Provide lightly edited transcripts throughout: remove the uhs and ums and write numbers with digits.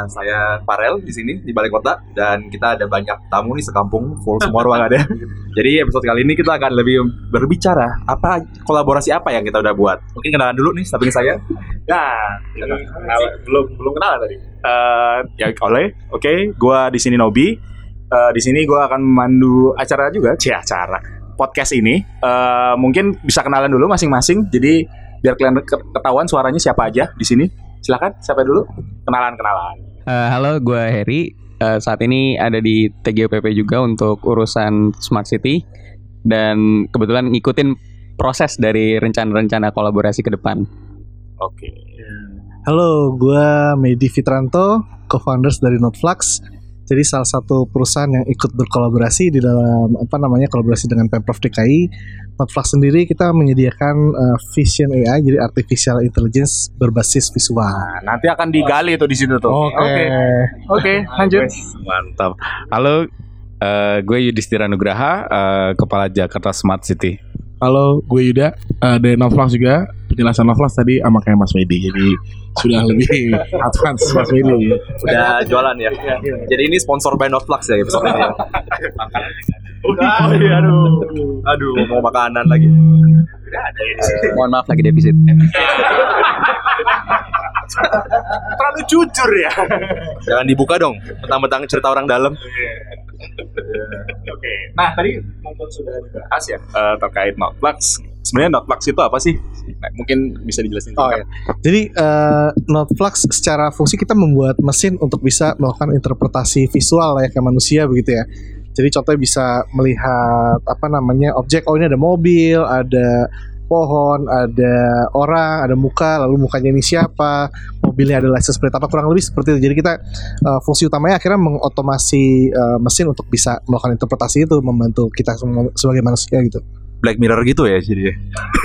saya Farel di sini di Balai Kota dan kita ada banyak tamu nih sekampung full semua ruangannya. Jadi episode kali ini kita akan lebih berbicara kolaborasi apa yang kita udah buat. Mungkin kenalan dulu nih samping saya. Belum kenalan tadi. Oke, gua di sini Nobi. Di sini gua akan memandu acara podcast ini. Mungkin bisa kenalan dulu masing-masing. Jadi biar kalian ketahuan suaranya siapa aja di sini. Silakan, siapa dulu? Kenalan. Halo, gue Heri. Saat ini ada di TGOPP juga untuk urusan Smart City. Dan kebetulan ngikutin proses dari rencana-rencana kolaborasi ke depan. Oke. Halo, gue Medi Fitranto, co-founders dari Notflux. Jadi salah satu perusahaan yang ikut berkolaborasi di dalam kolaborasi dengan Pemprov DKI. Notflux sendiri kita menyediakan Vision AI, jadi artificial intelligence berbasis visual. Nah, nanti akan digali tuh di situ tuh. Oke, lanjut. Mantap. Halo, gue Yudhistira Nugraha, Kepala Jakarta Smart City. Halo, gue Yuda dari Notflux juga. Penjelasan Notflux tadi sama kayak Mas Medi, jadi sudah lebih advance Mas Medi. Udah jualan ya. Jadi ini sponsor by Notflux ya episode ini. Aduh, mau makanan lagi. Mohon maaf lagi defisit. Terlalu jujur ya. Jangan dibuka dong, mentang-mentang cerita orang dalam. Oke. Nah, tadi mungkin sudah dibahas ya terkait Notflux. Sebenarnya Notflux itu apa sih? Nah, mungkin bisa dijelasin. Ya. Jadi Notflux secara fungsi kita membuat mesin untuk bisa melakukan interpretasi visual layaknya manusia begitu ya. Jadi contohnya bisa melihat objek. Oh, ini ada mobil, ada pohon, ada orang, ada muka, lalu mukanya ini siapa, mobilnya ada license plate apa, kurang lebih seperti itu. Jadi kita fungsi utamanya akhirnya mengotomasi mesin untuk bisa melakukan interpretasi itu, membantu kita sebagai manusia gitu. Black Mirror gitu ya jadinya.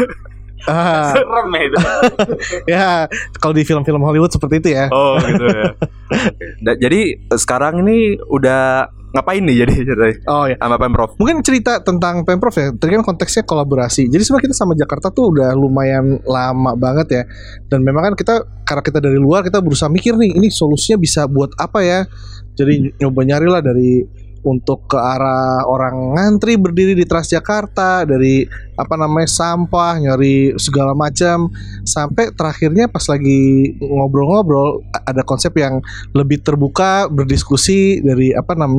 Serem ya itu. Ya, kalau di film-film Hollywood seperti itu ya. Oh, gitu ya. Jadi sekarang ini udah ngapain nih jadi Oh ya, sama Pemprov? Mungkin cerita tentang Pemprov ya. Tadi kan konteksnya kolaborasi. Jadi sebenarnya kita sama Jakarta tuh udah lumayan lama banget ya. Dan memang kan karena kita dari luar, kita berusaha mikir nih, ini solusinya bisa buat apa ya. Jadi nyoba nyari lah dari untuk ke arah orang ngantri berdiri di Transjakarta, dari sampah, nyari segala macam, sampai terakhirnya pas lagi ngobrol-ngobrol ada konsep yang lebih terbuka, berdiskusi dari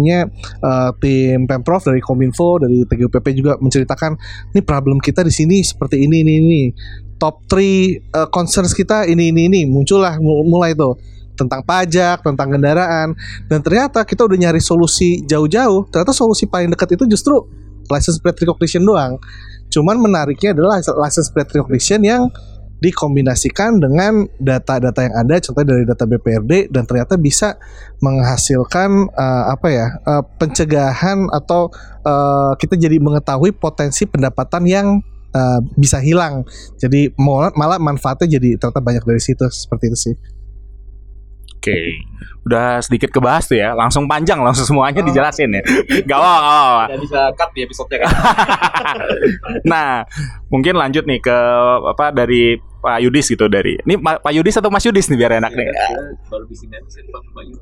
tim Pemprov, dari Kominfo, dari TGOPP juga menceritakan ini problem kita di sini seperti ini. Top 3 concerns kita ini muncullah mulai tuh tentang pajak, tentang kendaraan, dan ternyata kita udah nyari solusi jauh-jauh. Ternyata solusi paling dekat itu justru license plate recognition doang. Cuman menariknya adalah license plate recognition yang dikombinasikan dengan data-data yang ada, contohnya dari data BPRD, dan ternyata bisa menghasilkan pencegahan atau kita jadi mengetahui potensi pendapatan yang bisa hilang. Jadi malah manfaatnya jadi ternyata banyak dari situ, seperti itu sih. Oke, udah sedikit kebahas tuh ya, langsung panjang, langsung semuanya dijelasin ya. Gak apa-apa. Gak bisa cut di episode-nya kan. Nah, mungkin lanjut nih ke dari Pak Yudis gitu, ini Pak Yudis atau Mas Yudis nih biar enak nih. Baru di sini aja Pak Yudis.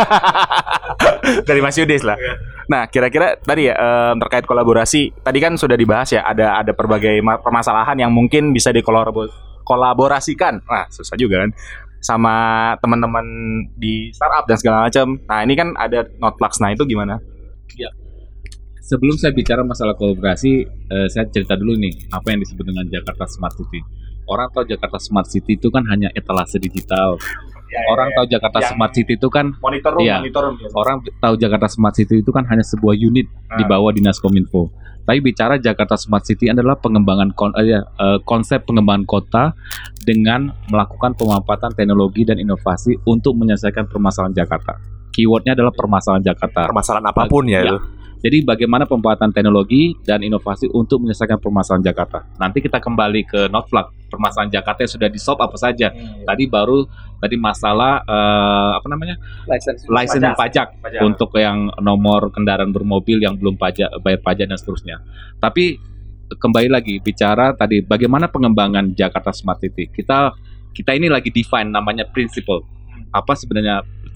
Dari Mas Yudis lah. Nah, kira-kira tadi ya terkait kolaborasi, tadi kan sudah dibahas ya, ada berbagai permasalahan yang mungkin bisa dikolaborasikan. Nah, susah juga kan, sama teman-teman di startup dan segala macam. Nah, ini kan ada Notflux. Nah, itu gimana? Ya. Sebelum saya bicara masalah kolaborasi, saya cerita dulu nih apa yang disebut dengan Jakarta Smart City. Orang tahu Jakarta Smart City itu kan hanya etalase digital. Orang tahu Jakarta Smart City itu kan monitor room. Orang tahu Jakarta Smart City itu kan hanya sebuah unit di bawah Dinas Kominfo. Tapi bicara Jakarta Smart City adalah pengembangan konsep pengembangan kota dengan melakukan pemanfaatan teknologi dan inovasi untuk menyelesaikan permasalahan Jakarta. Keywordnya adalah permasalahan Jakarta. Permasalahan apapun ya itu. Jadi bagaimana pemanfaatan teknologi dan inovasi untuk menyelesaikan permasalahan Jakarta. Nanti kita kembali ke Notflux. Permasalahan Jakarta yang sudah di-solve apa saja. Tadi masalah license pajak untuk yang nomor kendaraan bermobil yang belum bayar pajak dan seterusnya. Tapi kembali lagi bicara tadi bagaimana pengembangan Jakarta Smart City. Kita ini lagi define namanya principle. Apa sebenarnya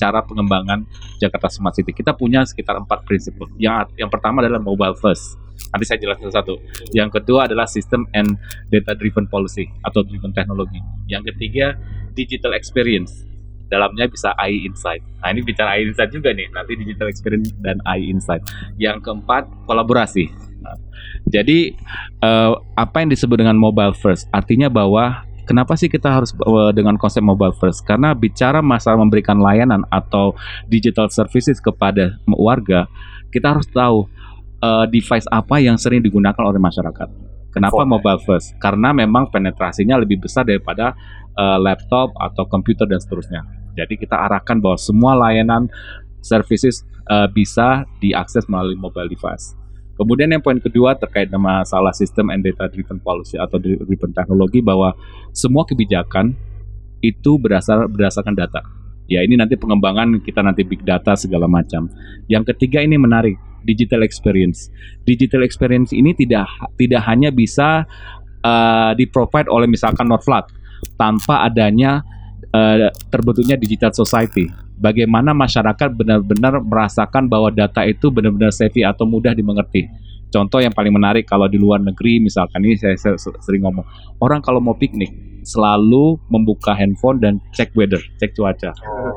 cara pengembangan Jakarta Smart City. Kita punya sekitar 4 prinsip. Yang pertama adalah mobile first. Nanti saya jelaskan satu. Yang kedua adalah system and data driven policy atau driven teknologi. Yang ketiga digital experience. Dalamnya bisa AI Insight. Nah ini bicara AI Insight juga nih. Nanti digital experience dan AI Insight. Yang keempat kolaborasi. Nah, jadi apa yang disebut dengan mobile first? Artinya bahwa kenapa sih kita harus dengan konsep mobile first? Karena bicara masalah memberikan layanan atau digital services kepada warga, kita harus tahu device apa yang sering digunakan oleh masyarakat. Kenapa mobile first? Karena memang penetrasinya lebih besar daripada laptop atau komputer dan seterusnya. Jadi kita arahkan bahwa semua layanan services bisa diakses melalui mobile device. Kemudian yang poin kedua terkait dengan masalah sistem and data driven policy atau driven teknologi, bahwa semua kebijakan itu berdasarkan data. Ya ini nanti pengembangan kita nanti big data segala macam. Yang ketiga ini menarik, digital experience. Digital experience ini tidak hanya bisa di-provide oleh misalkan Northflag tanpa adanya terbentuknya digital society. Bagaimana masyarakat benar-benar merasakan bahwa data itu benar-benar savvy atau mudah dimengerti. Contoh yang paling menarik kalau di luar negeri, misalkan ini saya sering ngomong, orang kalau mau piknik selalu membuka handphone dan cek weather, cek cuaca.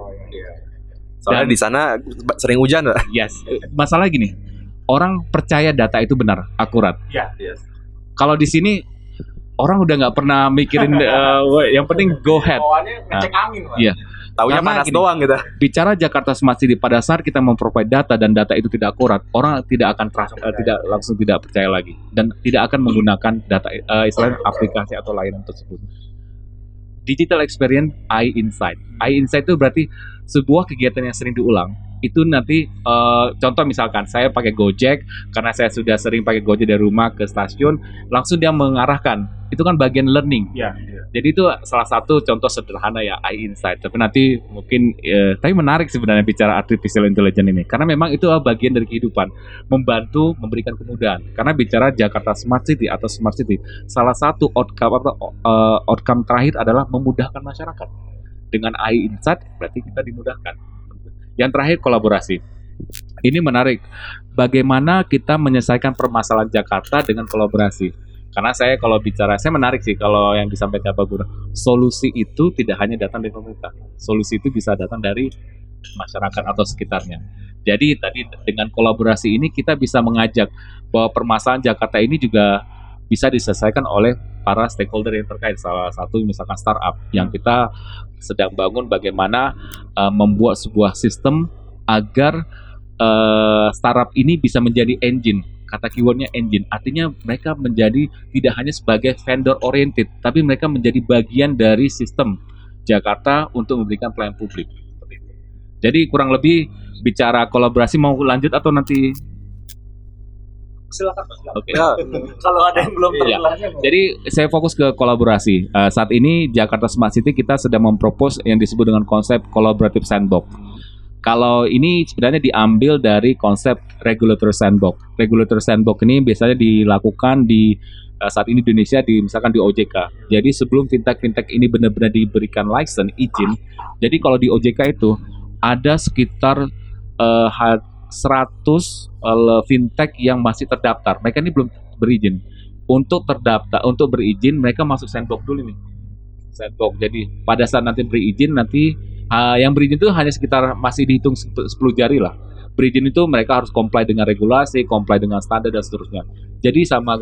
Soalnya di sana sering hujan, Pak. Yes. Masalah gini, orang percaya data itu benar, akurat. Yes. Kalau di sini orang udah nggak pernah mikirin, yang penting go ahead. Ngecek angin, Pak. Iya. Taunya Karena panas gini, doang gitu. Bicara Jakarta Smart City, pada saat kita memprovide data dan data itu tidak akurat, orang tidak akan tidak percaya lagi dan tidak akan menggunakan data istilahnya aplikasi atau layanan tersebut. Digital experience, AI Insight. AI Insight itu berarti sebuah kegiatan yang sering diulang. Itu nanti contoh misalkan saya pakai Gojek, karena saya sudah sering pakai Gojek dari rumah ke stasiun, langsung dia mengarahkan. Itu kan bagian learning. Jadi itu salah satu contoh sederhana ya AI Insight. Tapi nanti mungkin tapi menarik sebenarnya bicara artificial intelligence ini, karena memang itu bagian dari kehidupan, membantu, memberikan kemudahan. Karena bicara Jakarta Smart City atau Smart City, salah satu outcome terakhir adalah memudahkan masyarakat. Dengan AI Insight berarti kita dimudahkan. Yang terakhir kolaborasi. Ini menarik. Bagaimana kita menyelesaikan permasalahan Jakarta dengan kolaborasi. Karena saya kalau bicara, saya menarik sih kalau yang disampaikan Pak Guru. Solusi itu tidak hanya datang dari pemerintah. Solusi itu bisa datang dari masyarakat atau sekitarnya. Jadi tadi dengan kolaborasi ini kita bisa mengajak bahwa permasalahan Jakarta ini juga bisa diselesaikan oleh para stakeholder yang terkait. Salah satu misalkan startup yang kita sedang bangun bagaimana membuat sebuah sistem agar startup ini bisa menjadi engine. Kata keywordnya engine, artinya mereka menjadi tidak hanya sebagai vendor oriented, tapi mereka menjadi bagian dari sistem Jakarta untuk memberikan pelayanan publik. Jadi kurang lebih bicara kolaborasi, mau lanjut atau nanti? Silakan. Oke. Kalau ada yang belum terjelasnya. Jadi saya fokus ke kolaborasi. Saat ini Jakarta Smart City kita sedang mempropose yang disebut dengan konsep collaborative sandbox. Kalau ini sebenarnya diambil dari konsep regulatory sandbox. Regulatory sandbox ini biasanya dilakukan di saat ini di Indonesia, misalkan di OJK. Jadi sebelum fintech ini benar-benar diberikan license, izin. Jadi kalau di OJK itu ada sekitar 100 fintech yang masih terdaftar. Mereka ini belum berizin. Untuk terdaftar, untuk berizin mereka masuk sandbox dulu nih. Sandbox. Jadi pada saat nanti berizin, nanti yang berizin itu hanya sekitar masih dihitung 10 jari lah. Berizin itu mereka harus comply dengan regulasi, comply dengan standar dan seterusnya. Jadi sama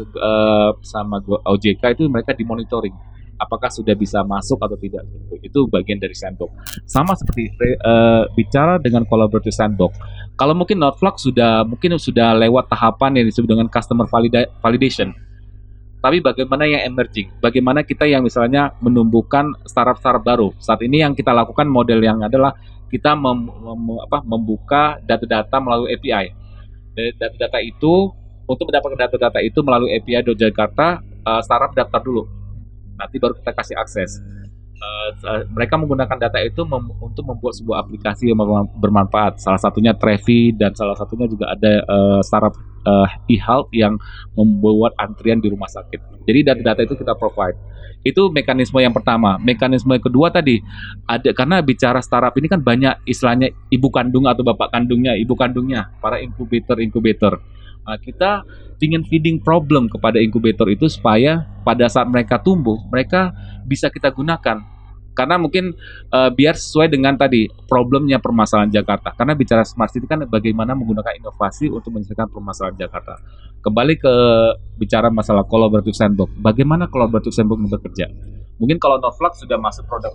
OJK itu mereka dimonitoring apakah sudah bisa masuk atau tidak. Itu bagian dari sandbox. Sama seperti bicara dengan collaborative sandbox. Kalau mungkin Northflag sudah lewat tahapan yang disebut dengan customer validation. Tapi bagaimana yang emerging? Bagaimana kita yang misalnya menumbuhkan startup baru? Saat ini yang kita lakukan model yang adalah kita membuka data-data melalui API. Data-data itu, untuk mendapatkan data-data itu melalui API Jakarta, startup daftar dulu. Nanti baru kita kasih akses. Mereka menggunakan data itu untuk membuat sebuah aplikasi yang bermanfaat. Salah satunya Trevi dan salah satunya juga ada startup e-health yang membuat antrian di rumah sakit. Jadi data-data itu kita provide. Itu mekanisme yang pertama. Mekanisme yang kedua tadi ada, karena bicara startup ini kan banyak istilahnya ibu kandung atau bapak kandungnya, ibu kandungnya, para inkubator. Nah, kita ingin feeding problem kepada inkubator itu supaya pada saat mereka tumbuh, mereka bisa kita gunakan. Karena mungkin biar sesuai dengan tadi problemnya permasalahan Jakarta. Karena bicara smart city kan bagaimana menggunakan inovasi untuk menyelesaikan permasalahan Jakarta. Kembali ke bicara masalah collaborative sandbox. Bagaimana collaborative sandbox bekerja? Mungkin kalau Novlux sudah masuk product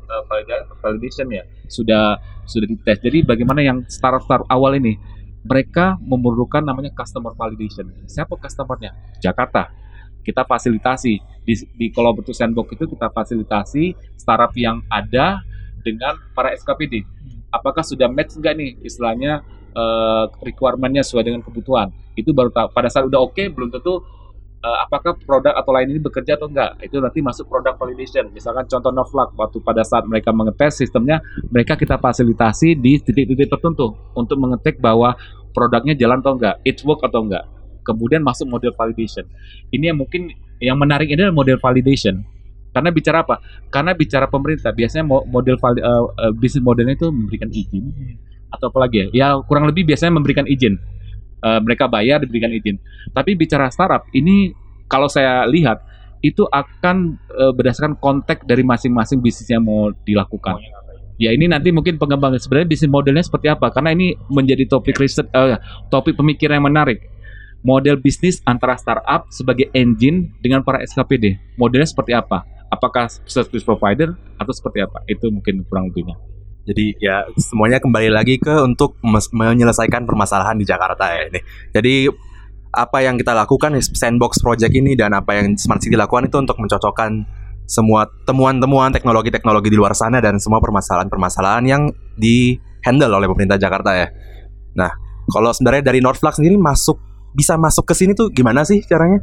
validation ya, sudah dites. Jadi bagaimana yang startup awal ini? Mereka memerlukan namanya customer validation. Siapa customernya? Jakarta. Kita fasilitasi di collaborative sandbox itu, kita fasilitasi startup yang ada dengan para SKPD. Apakah sudah match enggak nih istilahnya requirement-nya sesuai dengan kebutuhan? Itu baru tahu. Pada saat udah oke, belum tentu apakah produk atau lain ini bekerja atau enggak. Itu nanti masuk product validation. Misalkan contoh Novlux, waktu pada saat mereka mengetes sistemnya, mereka kita fasilitasi di titik-titik tertentu untuk mengetik bahwa produknya jalan atau enggak, it work atau enggak. Kemudian masuk model validation. Ini yang mungkin yang menarik ini adalah model validation. Karena bicara apa? Karena bicara pemerintah, biasanya model bisnis modelnya itu memberikan izin atau apa lagi ya? Ya kurang lebih biasanya memberikan izin. Mereka bayar, diberikan izin. Tapi bicara startup, ini kalau saya lihat itu akan berdasarkan konteks dari masing-masing bisnis yang mau dilakukan. Ya ini nanti mungkin pengembangan sebenarnya bisnis modelnya seperti apa? Karena ini menjadi topik riset, topik pemikiran yang menarik. Model bisnis antara startup sebagai engine dengan para SKPD. Modelnya seperti apa? Apakah service provider atau seperti apa? Itu mungkin kurang lebihnya. Jadi ya semuanya kembali lagi ke untuk menyelesaikan permasalahan di Jakarta ya ini. Jadi apa yang kita lakukan sandbox project ini dan apa yang Smart City lakukan itu untuk mencocokkan semua temuan-temuan teknologi-teknologi di luar sana dan semua permasalahan-permasalahan yang di-handle oleh pemerintah Jakarta ya. Nah, kalau sebenarnya dari Novlux sendiri bisa masuk ke sini tuh gimana sih caranya?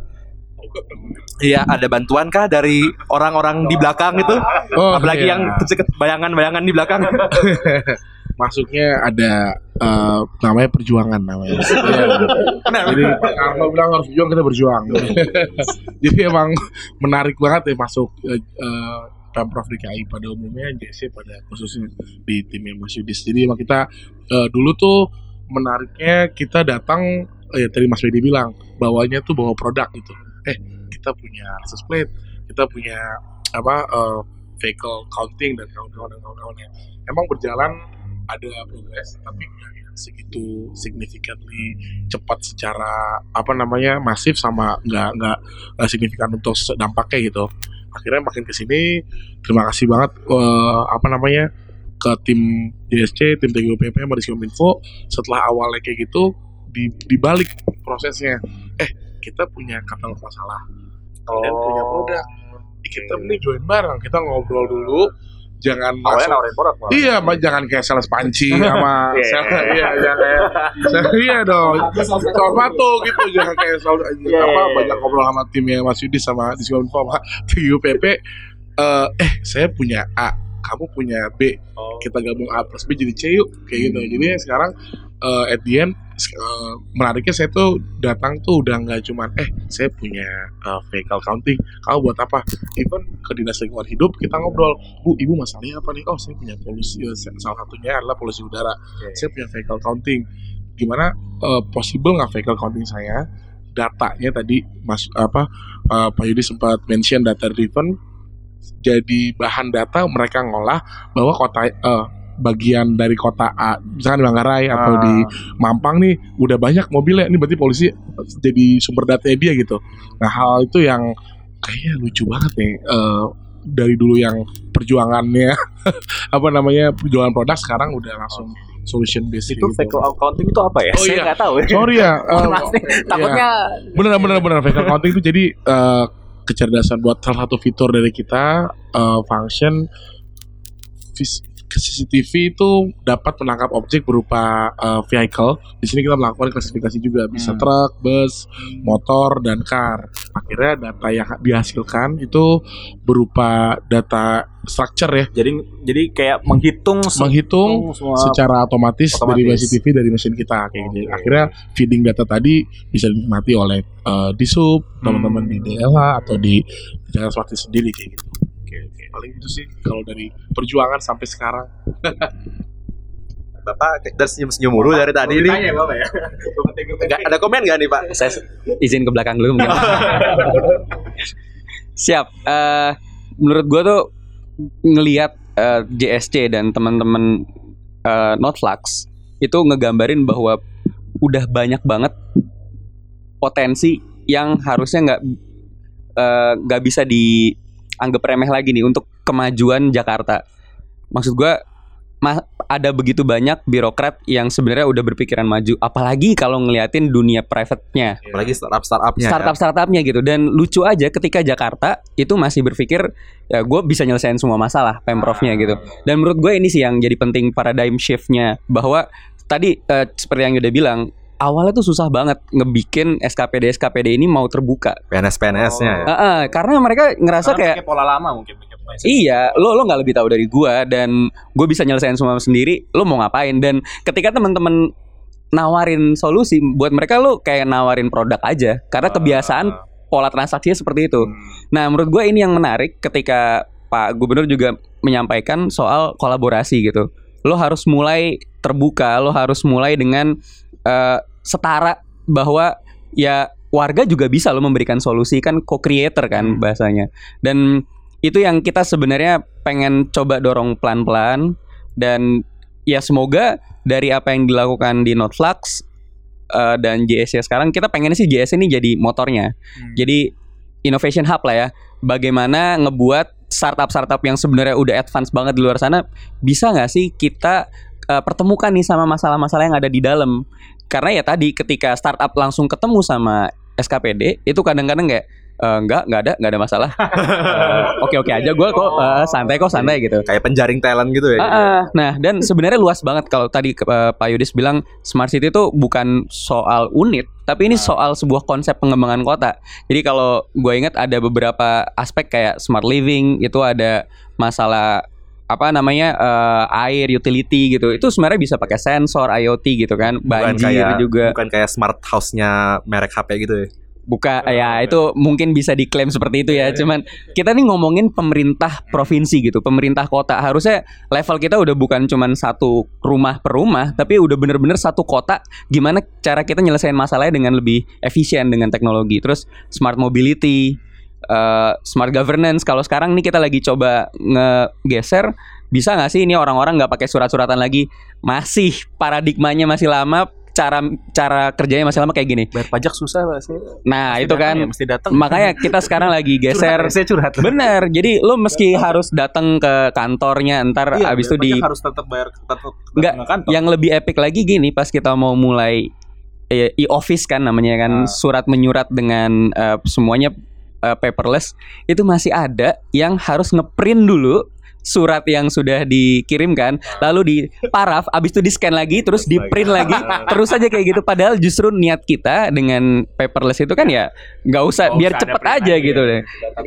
Iya, ada bantuan kah dari orang-orang di belakang itu? Apalagi yang bayangan-bayangan di belakang. Masuknya ada namanya perjuangan namanya. Jadi kalau bilang harus berjuang, kita berjuang. Jadi emang menarik banget ya masuk Pemprov DKI pada umumnya, JC pada khususnya di timnya Mas Yudis. Jadi emang kita dulu tuh menariknya kita datang. Tadi Mas Wedi bilang bawanya tuh bawa produk gitu. Kita punya license plate, kita punya vehicle counting dan kawan-kawannya. Emang berjalan ada progres, tapi nggak segitu significantly cepat secara masif sama nggak signifikan untuk dampaknya gitu. Akhirnya makin kesini, terima kasih banget ke tim DSC, tim TGOPP, sama Diskominfo. Setelah awalnya kayak gitu, dibalik prosesnya kita punya katalog masalah dan punya produk, kita mending join bareng, kita ngobrol dulu, jangan langsung jangan kayak sales panci sama iya dong soal foto gitu, jangan kayak banyak ngobrol sama timnya Mas Yudi sama Diskominfo sama TGOPP. Saya punya A, kamu punya B, kita gabung A plus B jadi C yuk, kayak gitu. Jadi sekarang at the end menariknya saya tuh datang tuh udah nggak cuman saya punya vehicle counting, kamu buat apa? Even ke dinas lingkungan hidup kita ngobrol, Bu, Ibu masalahnya apa nih? Oh, saya punya polusi, salah satunya adalah polusi udara. Saya punya vehicle counting, gimana possible nggak vehicle counting saya datanya tadi Pak Yudi sempat mention data driven, jadi bahan data mereka ngolah bahwa kota bagian dari kota A, misalkan di Manggarai atau di Mampang nih udah banyak mobilnya, ini berarti polisi jadi sumber datanya dia gitu. Nah, hal itu yang kayaknya lucu banget nih, dari dulu yang perjuangannya perjuangan produk, sekarang udah langsung solution based itu gitu. Vehicle accounting itu apa ya? Saya nggak tahu ya. Sorry ya. Takutnya bener vehicle accounting itu jadi kecerdasan buat salah satu fitur dari kita, function CCTV itu dapat menangkap objek berupa vehicle. Di sini kita melakukan klasifikasi juga, bisa truk, bus, motor, dan car. Akhirnya data yang dihasilkan itu berupa data structure ya. Jadi kayak menghitung semua secara otomatis dari CCTV dari mesin kita kayak gitu. Akhirnya feeding data tadi bisa dinikmati oleh di sub, teman-teman di DLH atau di Jakarta Smart City sendiri kayak gitu. Paling itu sih kalau dari perjuangan sampai sekarang. Bapak dari senyum-senyum mulu dari tadi nih. Tanya Bapak ya. Ada komen gak nih Pak? Saya izin ke belakang dulu mungkin. Siap. Menurut gue tuh ngelihat JSC dan teman-teman Notflux itu ngegambarin bahwa udah banyak banget potensi yang harusnya nggak bisa dianggap remeh lagi nih untuk kemajuan Jakarta. Maksud gue ada begitu banyak birokrat yang sebenarnya udah berpikiran maju, apalagi kalau ngeliatin dunia private-nya, apalagi startup-startupnya gitu. Dan lucu aja ketika Jakarta itu masih berpikir ya gue bisa nyelesain semua masalah Pemprovnya gitu. Dan menurut gue ini sih yang jadi penting paradigm shift-nya, bahwa tadi seperti yang Yuda bilang, awalnya tuh susah banget ngebikin SKPD ini mau terbuka. PNS-nya ya. Karena mereka ngerasa kayak pola lama mungkin. Iya, lo nggak lebih tahu dari gua dan gue bisa nyelesain semua sendiri. Lo mau ngapain? Dan ketika teman-teman nawarin solusi buat mereka, lo kayak nawarin produk aja karena kebiasaan pola transaksinya seperti itu. Nah, menurut gue ini yang menarik ketika Pak Gubernur juga menyampaikan soal kolaborasi gitu. Lo harus mulai terbuka, lo harus mulai dengan setara, bahwa ya warga juga bisa lo memberikan solusi, kan co-creator kan bahasanya. Dan itu yang kita sebenarnya pengen coba dorong pelan-pelan. Dan ya semoga dari apa yang dilakukan di Notflux dan JSC sekarang, kita pengen sih JSC ini jadi motornya. Jadi innovation hub lah ya. Bagaimana ngebuat startup-startup yang sebenarnya udah advance banget di luar sana, bisa gak sih kita pertemukan nih sama masalah-masalah yang ada di dalam. Karena ya tadi ketika startup langsung ketemu sama SKPD, itu kadang-kadang kayak nggak ada masalah. Oke aja, gue kok santai gitu. Kayak penjaring talent gitu ya. Nah, dan sebenarnya luas banget. Kalau tadi Pak Yudis bilang smart city itu bukan soal unit, tapi ini soal sebuah konsep pengembangan kota. Jadi kalau gue ingat ada beberapa aspek kayak smart living, itu ada masalah air, utility gitu. Itu sebenarnya bisa pakai sensor, IoT gitu kan. Banjir juga. Bukan kayak smart house-nya merek HP gitu ya. Bukan, ya itu mungkin bisa diklaim seperti itu ya. Cuman kita nih ngomongin pemerintah provinsi gitu, pemerintah kota. Harusnya level kita udah bukan cuman satu rumah per rumah, tapi udah bener-bener satu kota. Gimana cara kita nyelesain masalahnya dengan lebih efisien dengan teknologi. Terus smart mobility, smart governance. Kalau sekarang nih kita lagi coba ngegeser, bisa nggak sih ini orang-orang nggak pakai surat-suratan lagi? Masih paradigmanya masih lama. Cara kerjanya masih lama kayak gini. Bayar pajak susah sih. Nah mesti itu kan ya, mesti datang. Makanya kita sekarang lagi geser. Saya curhat. Bener. Jadi lo meski harus datang ke kantornya. Ntar abis itu harus tetap bayar enggak, kantor. Yang lebih epic lagi gini, pas kita mau mulai e-office kan namanya kan, surat menyurat dengan semuanya paperless, itu masih ada yang harus ngeprint dulu surat yang sudah dikirimkan, lalu di paraf, abis itu di scan lagi, terus di print lagi, terus aja kayak gitu. Padahal justru niat kita dengan paperless itu kan ya nggak usah, biar cepet aja gitu deh.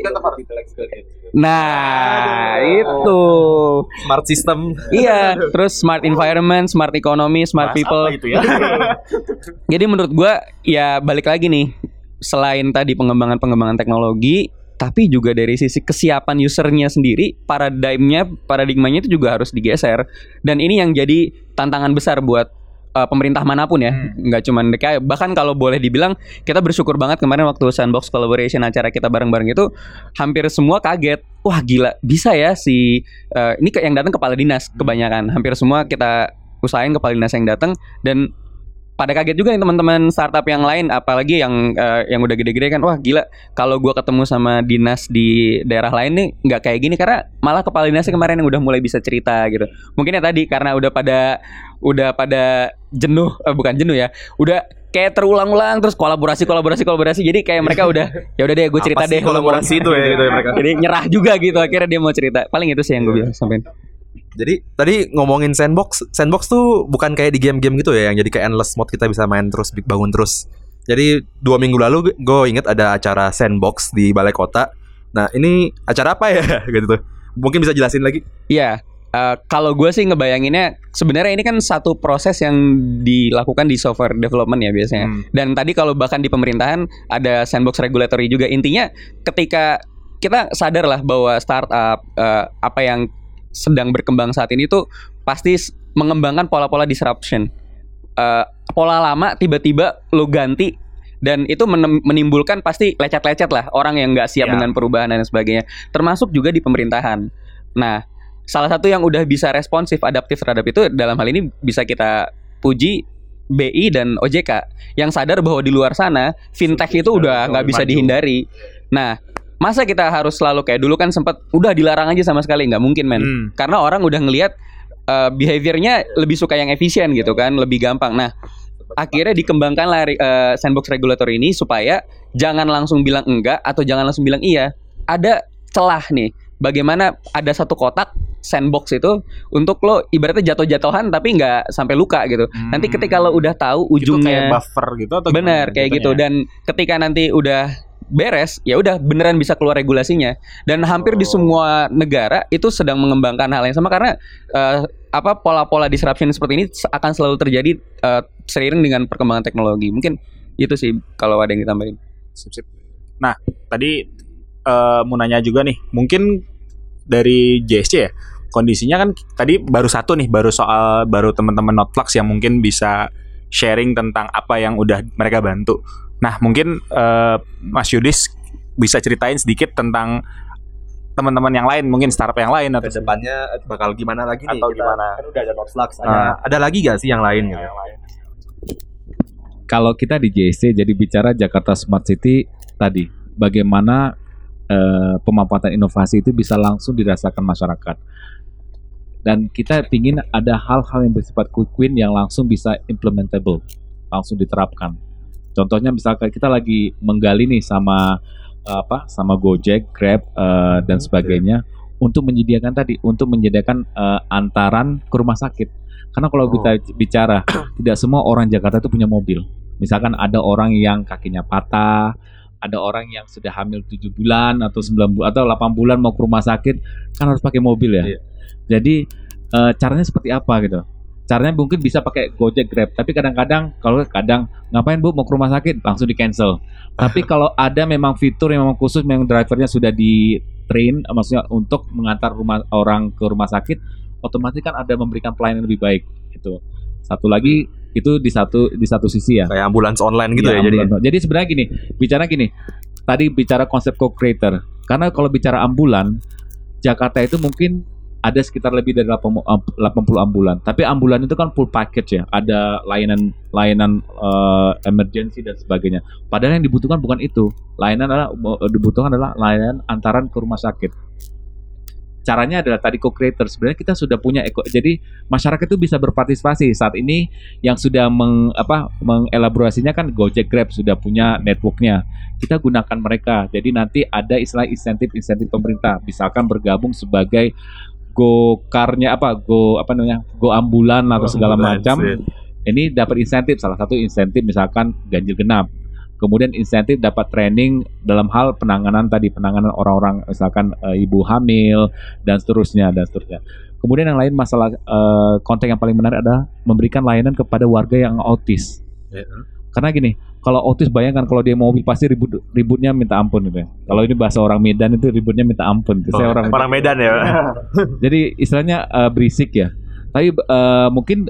Nah itu smart system. Iya, terus smart environment, smart economy, smart people. Itu ya. Jadi menurut gue ya balik lagi nih, selain tadi pengembangan teknologi, tapi juga dari sisi kesiapan usernya sendiri, paradigmanya itu juga harus digeser. Dan ini yang jadi tantangan besar buat pemerintah manapun ya, nggak cuma DKI. Bahkan kalau boleh dibilang, kita bersyukur banget kemarin waktu Sandbox Collaboration, acara kita bareng-bareng itu, hampir semua kaget. Wah gila, bisa ya ini yang datang kepala dinas kebanyakan. Hampir semua kita usahain kepala dinas yang datang, dan pada kaget juga yang teman-teman startup yang lain, apalagi yang udah gede-gede kan. Wah gila, kalau gue ketemu sama dinas di daerah lain nih nggak kayak gini, karena malah kepala dinasnya kemarin yang udah mulai bisa cerita gitu. Mungkin ya tadi karena udah pada jenuh, bukan jenuh ya, udah kayak terulang-ulang, terus kolaborasi. Jadi kayak mereka udah ya udah deh gue cerita deh kolaborasi itu ya gitu ya mereka. Jadi nyerah juga gitu, akhirnya dia mau cerita. Paling itu sih yang gue bisa sampein. Jadi tadi ngomongin sandbox tuh bukan kayak di game-game gitu ya, yang jadi kayak endless mode kita bisa main terus, bangun terus. Jadi 2 minggu lalu gue inget ada acara sandbox di Balai Kota. Nah ini acara apa ya gitu tuh? Mungkin bisa jelasin lagi? Iya. Kalau gue sih ngebayanginnya sebenarnya ini kan satu proses yang dilakukan di software development ya biasanya. Dan tadi kalau bahkan di pemerintahan ada sandbox regulatory juga. Intinya ketika kita sadar lah bahwa startup apa yang sedang berkembang saat ini tuh pasti mengembangkan pola-pola disruption. Pola lama tiba-tiba lo ganti dan itu menimbulkan pasti lecet-lecet lah orang yang nggak siap dengan perubahan dan sebagainya. Termasuk juga di pemerintahan. Nah, salah satu yang udah bisa responsif, adaptif terhadap itu dalam hal ini bisa kita puji BI dan OJK yang sadar bahwa di luar sana fintech itu udah nggak bisa dihindari. Nah, masa kita harus selalu kayak dulu kan sempat udah dilarang aja sama sekali, nggak mungkin men. Karena orang udah ngelihat behaviornya lebih suka yang efisien gitu kan, lebih gampang. Nah, akhirnya dikembangkanlah sandbox regulator ini supaya jangan langsung bilang enggak atau jangan langsung bilang iya. Ada celah nih. Bagaimana ada satu kotak sandbox itu untuk lo ibaratnya jatuh-jatuhan tapi nggak sampai luka gitu. Nanti ketika lo udah tahu ujungnya itu kayak buffer gitu atau bener kayak gitu, dan ketika nanti udah beres ya udah beneran bisa keluar regulasinya. Dan hampir di semua negara itu sedang mengembangkan hal yang sama karena pola-pola disruption seperti ini akan selalu terjadi seiring dengan perkembangan teknologi. Mungkin itu sih kalau ada yang ditambahin. Sip. Nah, tadi mau nanya juga nih, mungkin dari JSC ya, kondisinya kan tadi baru satu nih, baru teman-teman Notflux yang mungkin bisa sharing tentang apa yang udah mereka bantu. Nah, mungkin Mas Yudis bisa ceritain sedikit tentang teman-teman yang lain, mungkin startup yang lain atau kedepannya bakal gimana lagi nih? Atau gimana? Kan udah ada Notflux, ada lagi gak sih yang lain gitu? Kalau kita di JSC jadi bicara Jakarta Smart City tadi, bagaimana pemanfaatan inovasi itu bisa langsung dirasakan masyarakat. Dan kita ingin ada hal-hal yang bersifat quick win yang langsung bisa implementable, langsung diterapkan. Contohnya misalkan kita lagi menggali nih sama Gojek, Grab dan sebagainya untuk menyediakan antaran ke rumah sakit. Karena kalau kita bicara tidak semua orang Jakarta itu punya mobil. Misalkan ada orang yang kakinya patah, ada orang yang sudah hamil 7 bulan atau 9 bulan atau 8 bulan mau ke rumah sakit kan harus pakai mobil ya. Jadi caranya seperti apa gitu? Caranya mungkin bisa pakai Gojek, Grab, tapi kadang ngapain Bu mau ke rumah sakit langsung di cancel. Tapi kalau ada memang fitur yang memang khusus, memang drivernya sudah di train, maksudnya untuk mengantar orang ke rumah sakit, otomatis kan ada memberikan pelayanan lebih baik gitu. Satu lagi itu di satu sisi ya. Kayak ambulans online gitu ya. Jadi sebenarnya gini. Tadi bicara konsep co-creator. Karena kalau bicara ambulan, Jakarta itu mungkin ada sekitar lebih dari 80 ambulan. Tapi ambulan itu kan full package ya. Ada layanan emergency dan sebagainya. Padahal yang dibutuhkan bukan itu. Dibutuhkan adalah layanan antaran ke rumah sakit. Caranya adalah tadi co-creator. Sebenarnya kita sudah punya jadi masyarakat itu bisa berpartisipasi. Saat ini yang sudah mengelaborasinya kan Gojek, Grab sudah punya networknya. Kita gunakan mereka. Jadi nanti ada istilah insentif pemerintah. Misalkan bergabung sebagai Go-Car-nya Go ambulan atau segala macam. Ini dapat insentif. Salah satu insentif misalkan ganjil genap. Kemudian insentif dapat training dalam hal penanganan orang-orang misalkan ibu hamil dan seterusnya. Kemudian yang lain masalah konteks yang paling menarik adalah memberikan layanan kepada warga yang autis. Karena gini, kalau autis bayangkan kalau dia mobil pasti ributnya minta ampun gitu ya. Kalau ini bahasa orang Medan itu ributnya minta ampun. Saya orang Medan ya. Jadi istilahnya berisik ya. Tapi mungkin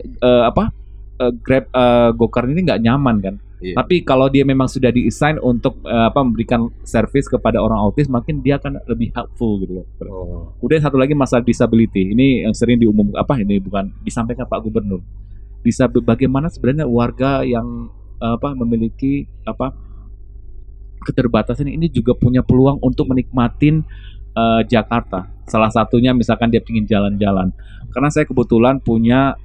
Grab Go-Car ini nggak nyaman kan. Tapi kalau dia memang sudah di-assign untuk memberikan service kepada orang autis, makin dia akan lebih helpful gitu loh. Kemudian satu lagi masalah disability. Ini yang sering ini bukan disampaikan Pak Gubernur. Bagaimana sebenarnya warga yang memiliki keterbatasan ini juga punya peluang untuk menikmatin Jakarta. Salah satunya misalkan dia ingin jalan-jalan. Karena saya kebetulan punya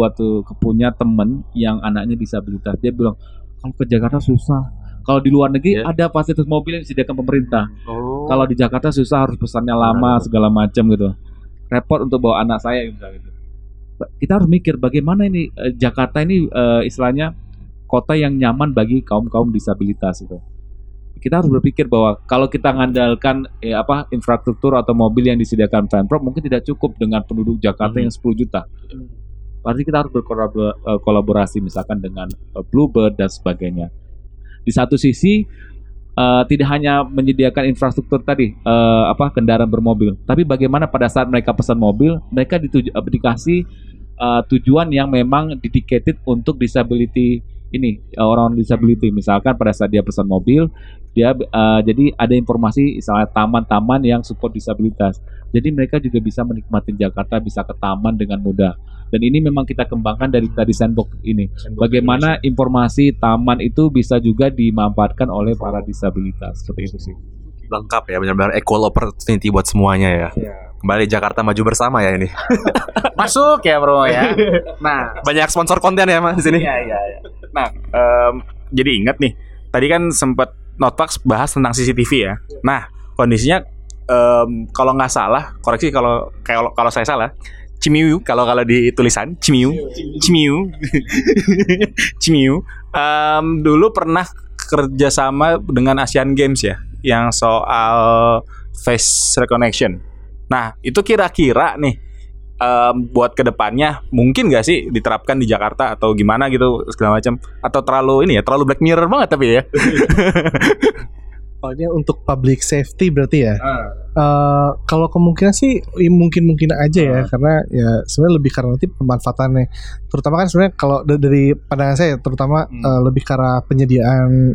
teman yang anaknya disabilitas. Dia bilang kalau ke Jakarta susah. Kalau di luar negeri ada fasilitas mobil yang disediakan pemerintah. Kalau di Jakarta susah, harus pesannya lama segala macam gitu. repot untuk bawa anak saya misalnya gitu. Kita harus mikir bagaimana ini Jakarta ini istilahnya kota yang nyaman bagi kaum disabilitas itu. Kita harus berpikir bahwa kalau kita mengandalkan infrastruktur atau mobil yang disediakan Pemprov mungkin tidak cukup dengan penduduk Jakarta yang 10 juta. Berarti kita harus berkolaborasi misalkan dengan Bluebird dan sebagainya. Di satu sisi tidak hanya menyediakan infrastruktur tadi kendaraan bermobil, tapi bagaimana pada saat mereka pesan mobil, mereka dikasih tujuan yang memang dedicated untuk disability ini, orang disability. Misalkan pada saat dia pesan mobil, dia jadi ada informasi misalnya taman-taman yang support disabilitas. Jadi mereka juga bisa menikmati Jakarta, bisa ke taman dengan mudah. Dan ini memang kita kembangkan dari tadi Sandbox ini. Bagaimana informasi taman itu bisa juga dimanfaatkan oleh para disabilitas. Seperti itu sih. Lengkap ya, benar-benar equal opportunity buat semuanya ya. Kembali Jakarta maju bersama ya ini. Masuk ya bro ya. Nah, banyak sponsor konten ya Mas di sini. Iya. Nah, jadi ingat nih, tadi kan sempat Notebox bahas tentang CCTV ya. Nah, kondisinya kalau nggak salah, koreksi kalau saya salah, Cimiu kalau di tulisan Cimiu. Dulu pernah kerjasama dengan Asian Games ya, yang soal face recognition. Nah, itu kira-kira nih buat kedepannya mungkin nggak sih diterapkan di Jakarta atau gimana gitu segala macam, atau terlalu Black Mirror banget tapi ya. Oh, ini untuk public safety berarti ya. Kalau kemungkinan sih mungkin aja ya, karena ya sebenarnya lebih karena nanti pemanfaatannya. Terutama kan sebenarnya kalau dari pandangan saya terutama lebih ke arah penyediaan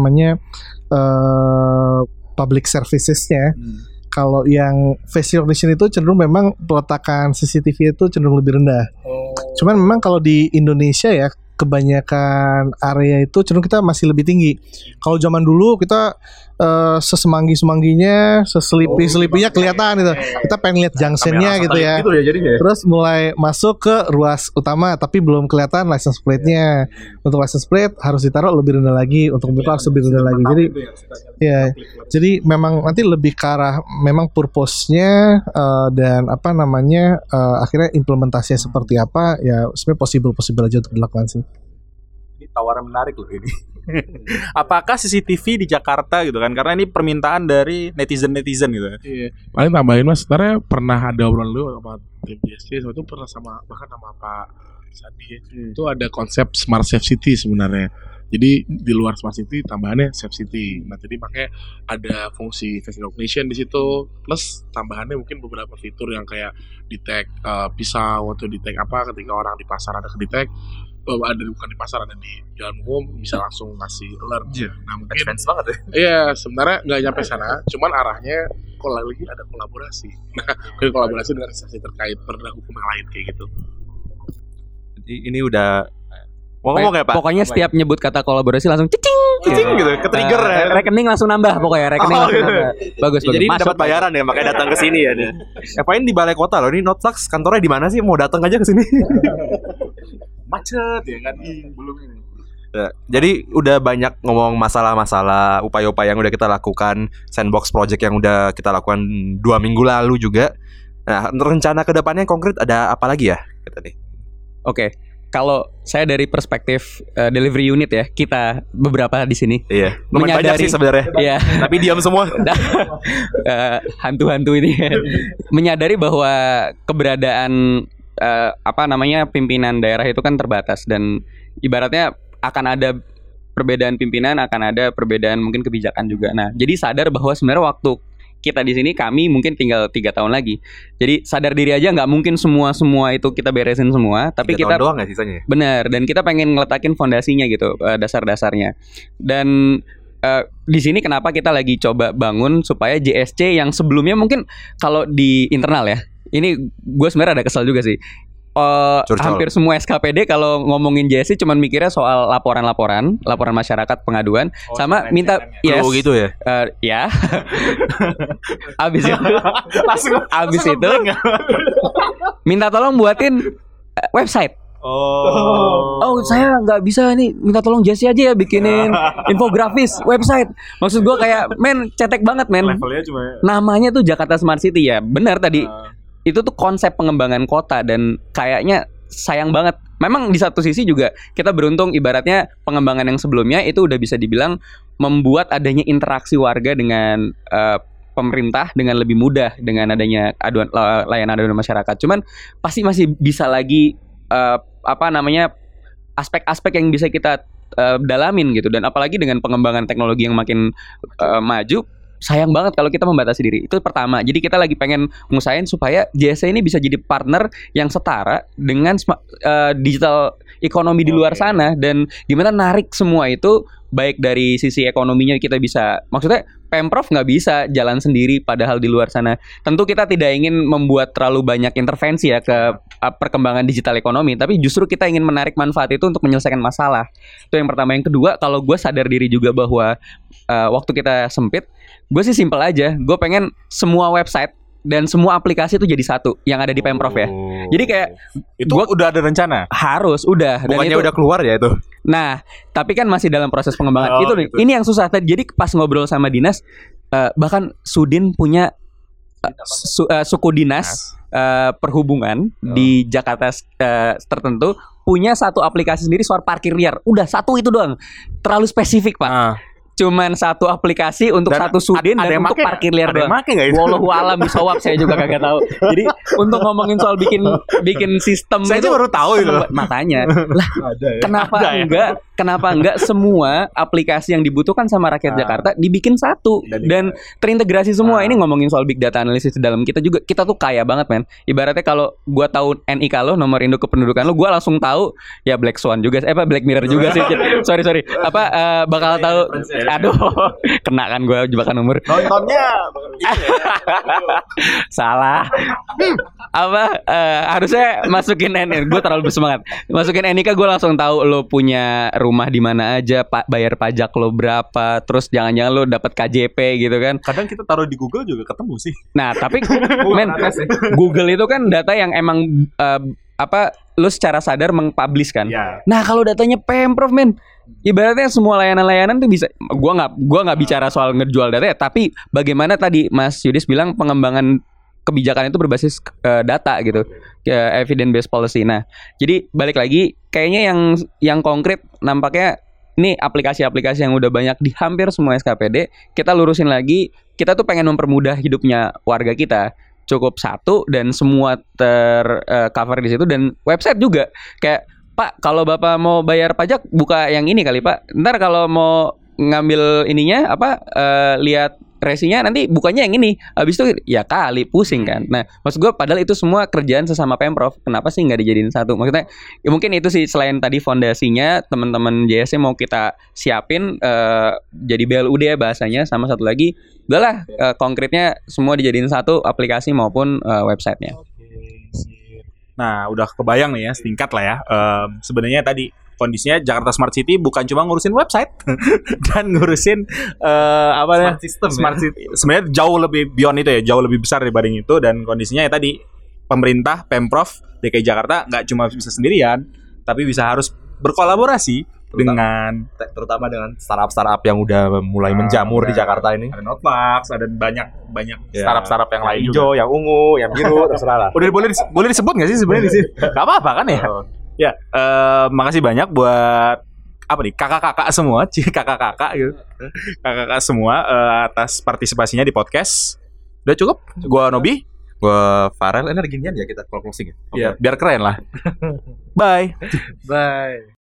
public servicesnya. Kalau yang face recognition itu cenderung memang peletakan CCTV itu cenderung lebih rendah. Cuman memang kalau di Indonesia ya kebanyakan area itu cenderung kita masih lebih tinggi. Kalau zaman dulu kita sesemanggi-semangginya, seselipi-selipinya kelihatan gitu. Kita pengen lihat junction-nya gitu ya. Terus mulai masuk ke ruas utama tapi belum kelihatan license plate-nya. Untuk license plate harus ditaruh lebih rendah lagi, untuk muka harus lebih rendah lagi. Jadi ya, jadi memang nanti lebih ke arah memang purpose-nya dan akhirnya implementasinya seperti apa ya, sebenarnya possible aja untuk dilakukan sih. Ini tawaran menarik loh ini. Apakah CCTV di Jakarta gitu kan? Karena ini permintaan dari netizen gitu. Iya. Paling tambahin Mas, sebenarnya pernah ada obrolan dulu sama tim JSC, itu pernah bahkan sama Pak Sandi ya. Itu ada konsep smart safe city sebenarnya. Jadi di luar smart city tambahannya safe city. Nah, jadi makanya ada fungsi face recognition di situ, plus tambahannya mungkin beberapa fitur yang kayak detect pisau atau detect ketika orang di pasar ada detect, ada bukan di pasar, ada di jalan umum, bisa langsung ngasih alert. Nah, mungkin advance banget ya. Iya, sebenarnya nggak nyampe sana, cuman arahnya lagi ada kolaborasi. Nah, kolaborasi dengan instansi terkait penegak hukum yang lain kayak gitu. Jadi ini udah ngomong ya Pak. Pokoknya setiap nyebut kata kolaborasi langsung cicing gitu, ke-trigger ya. Rekening langsung nambah pokoknya, nambah. Bagus. Jadi dapat bayaran ya, makanya datang ke sini ya. Ngapain di balai kota loh? Ini Notebox kantornya di mana sih? Mau datang aja ke sini. Macet ya kan, belum ini. Ya, jadi udah banyak ngomong masalah-masalah, upaya-upaya yang udah kita lakukan, Sandbox Project yang udah kita lakukan 2 minggu lalu juga. Nah, rencana ke depannya konkret ada apa lagi ya kita nih? Oke. Kalau saya dari perspektif delivery unit ya, kita beberapa di sini. Iya. Banyak sih sebenarnya. Iya. Tapi diam semua. Hantu-hantu ini menyadari bahwa keberadaan pimpinan daerah itu kan terbatas, dan ibaratnya akan ada perbedaan pimpinan, akan ada perbedaan mungkin kebijakan juga. Nah, jadi sadar bahwa sebenarnya waktu kita di sini, kami mungkin tinggal 3 tahun lagi. Jadi sadar diri aja, nggak mungkin semua itu kita beresin semua. Tapi 3 kita tahun doang ya sisanya. Benar, dan kita pengen ngeletakin fondasinya gitu, dasar-dasarnya. Dan di sini kenapa kita lagi coba bangun supaya JSC yang sebelumnya mungkin kalau di internal ya, ini gue sebenarnya ada kesal juga sih. Hampir semua SKPD kalau ngomongin JSC cuman mikirnya soal laporan masyarakat, pengaduan, sama minta gitu ya. Ya. Abis itu minta tolong buatin website. Oh, saya nggak bisa nih, minta tolong Jesse aja ya bikinin infografis website. Maksud gue kayak, cetek banget men. Levelnya cuma namanya tuh Jakarta Smart City ya. Benar tadi. itu tuh konsep pengembangan kota dan kayaknya sayang banget. Memang di satu sisi juga kita beruntung ibaratnya pengembangan yang sebelumnya itu udah bisa dibilang membuat adanya interaksi warga dengan pemerintah dengan lebih mudah dengan adanya layanan aduan masyarakat. Cuman pasti masih bisa lagi aspek-aspek yang bisa kita dalamin gitu, dan apalagi dengan pengembangan teknologi yang makin maju, sayang banget kalau kita membatasi diri. Itu pertama. Jadi kita lagi pengen ngusahain supaya JSC ini bisa jadi partner yang setara dengan digital ekonomi di luar sana, dan gimana narik semua itu baik dari sisi ekonominya kita bisa, maksudnya Pemprov nggak bisa jalan sendiri padahal di luar sana. Tentu kita tidak ingin membuat terlalu banyak intervensi ya ke perkembangan digital ekonomi, tapi justru kita ingin menarik manfaat itu untuk menyelesaikan masalah. Itu yang pertama. Yang kedua, kalau gue sadar diri juga bahwa waktu kita sempit, gue sih simple aja. Gue pengen semua website dan semua aplikasi itu jadi satu yang ada di Pemprov ya. Jadi kayak itu udah ada rencana. Harus udah. Bukannya dan itu udah keluar ya itu. Nah, tapi kan masih dalam proses pengembangan. Oh, itu nih. gitu. Ini yang susah. Jadi pas ngobrol sama dinas, bahkan Sudin punya suku dinas perhubungan di Jakarta tertentu punya satu aplikasi sendiri soal parkir liar. Udah satu itu doang. Terlalu spesifik, Pak. Cuman satu aplikasi untuk Dan satu Sudin dan untuk parkir liar doang. Ada yang make nggak itu? Wallahu alam bisawab, saya juga kagak tahu. Jadi untuk ngomongin soal bikin sistem Saya itu, aja baru tahu itu. makanya lah kenapa Ada ya? enggak semua aplikasi yang dibutuhkan sama rakyat Jakarta dibikin satu dan terintegrasi semua. Ini ngomongin soal big data analisis di dalam kita juga, kita tuh kaya banget men. Ibaratnya kalau gua tahu NIK lo, nomor induk kependudukan lo, gua langsung tahu ya Black Swan juga, Black Mirror juga sih. sorry bakal tahu. Aduh, kena kan gue jebakan umur. Nontonnya salah. Harusnya masukin NIK. Gue terlalu bersemangat. Masukin NIK, gue langsung tahu lo punya rumah di mana aja, bayar pajak lo berapa, terus jangan-jangan lo dapat KJP gitu kan. kadang kita taruh di Google juga ketemu sih. Nah, tapi men, Google itu kan data yang emang lo secara sadar mengpublish kan. Ya. Nah, kalau datanya Pemprov men, ibaratnya semua layanan-layanan tuh bisa. Gua nggak bicara soal ngejual data ya, tapi bagaimana tadi Mas Yudis bilang pengembangan kebijakan itu berbasis data gitu, evidence based policy. Nah, jadi balik lagi, kayaknya yang konkret nampaknya ini aplikasi-aplikasi yang udah banyak di hampir semua SKPD, kita lurusin lagi. Kita tuh pengen mempermudah hidupnya warga kita. Cukup satu dan semua tercover di situ, dan website juga kayak Pak, kalau Bapak mau bayar pajak buka yang ini kali Pak. Ntar kalau mau ngambil ininya lihat resinya nanti bukanya yang ini. Habis itu ya kali pusing kan. Nah, maksud gue padahal itu semua kerjaan sesama Pemprov. Kenapa sih nggak dijadiin satu? Maksudnya ya mungkin itu sih, selain tadi fondasinya teman-teman JSC mau kita siapin jadi BLUD ya bahasanya, sama satu lagi udahlah konkretnya semua dijadiin satu aplikasi maupun websitenya. Nah, udah kebayang nih ya, setingkat lah ya. Sebenarnya tadi kondisinya Jakarta Smart City bukan cuma ngurusin website dan ngurusin Smart system, smart city. Sebenarnya jauh lebih beyond itu ya, jauh lebih besar dibanding itu. Dan kondisinya ya tadi, pemerintah, Pemprov DKI Jakarta nggak cuma bisa sendirian, tapi bisa harus berkolaborasi terutama dengan startup yang udah mulai menjamur di Jakarta ini. Ada Notmax, ada banyak startup yang lain juga. Hijau, yang ungu, yang biru, terserah lah. Udah boleh disebut nggak sih sebenarnya di sini? Gak apa-apa kan ya? Ya, makasih banyak buat kakak-kakak semua, kakak-kakak gitu, kakak-kakak semua atas partisipasinya di podcast. Udah cukup? Gua Nobi, Gua Farel, ini ginian ya kita closing ya. ya biar keren lah. Bye. Bye.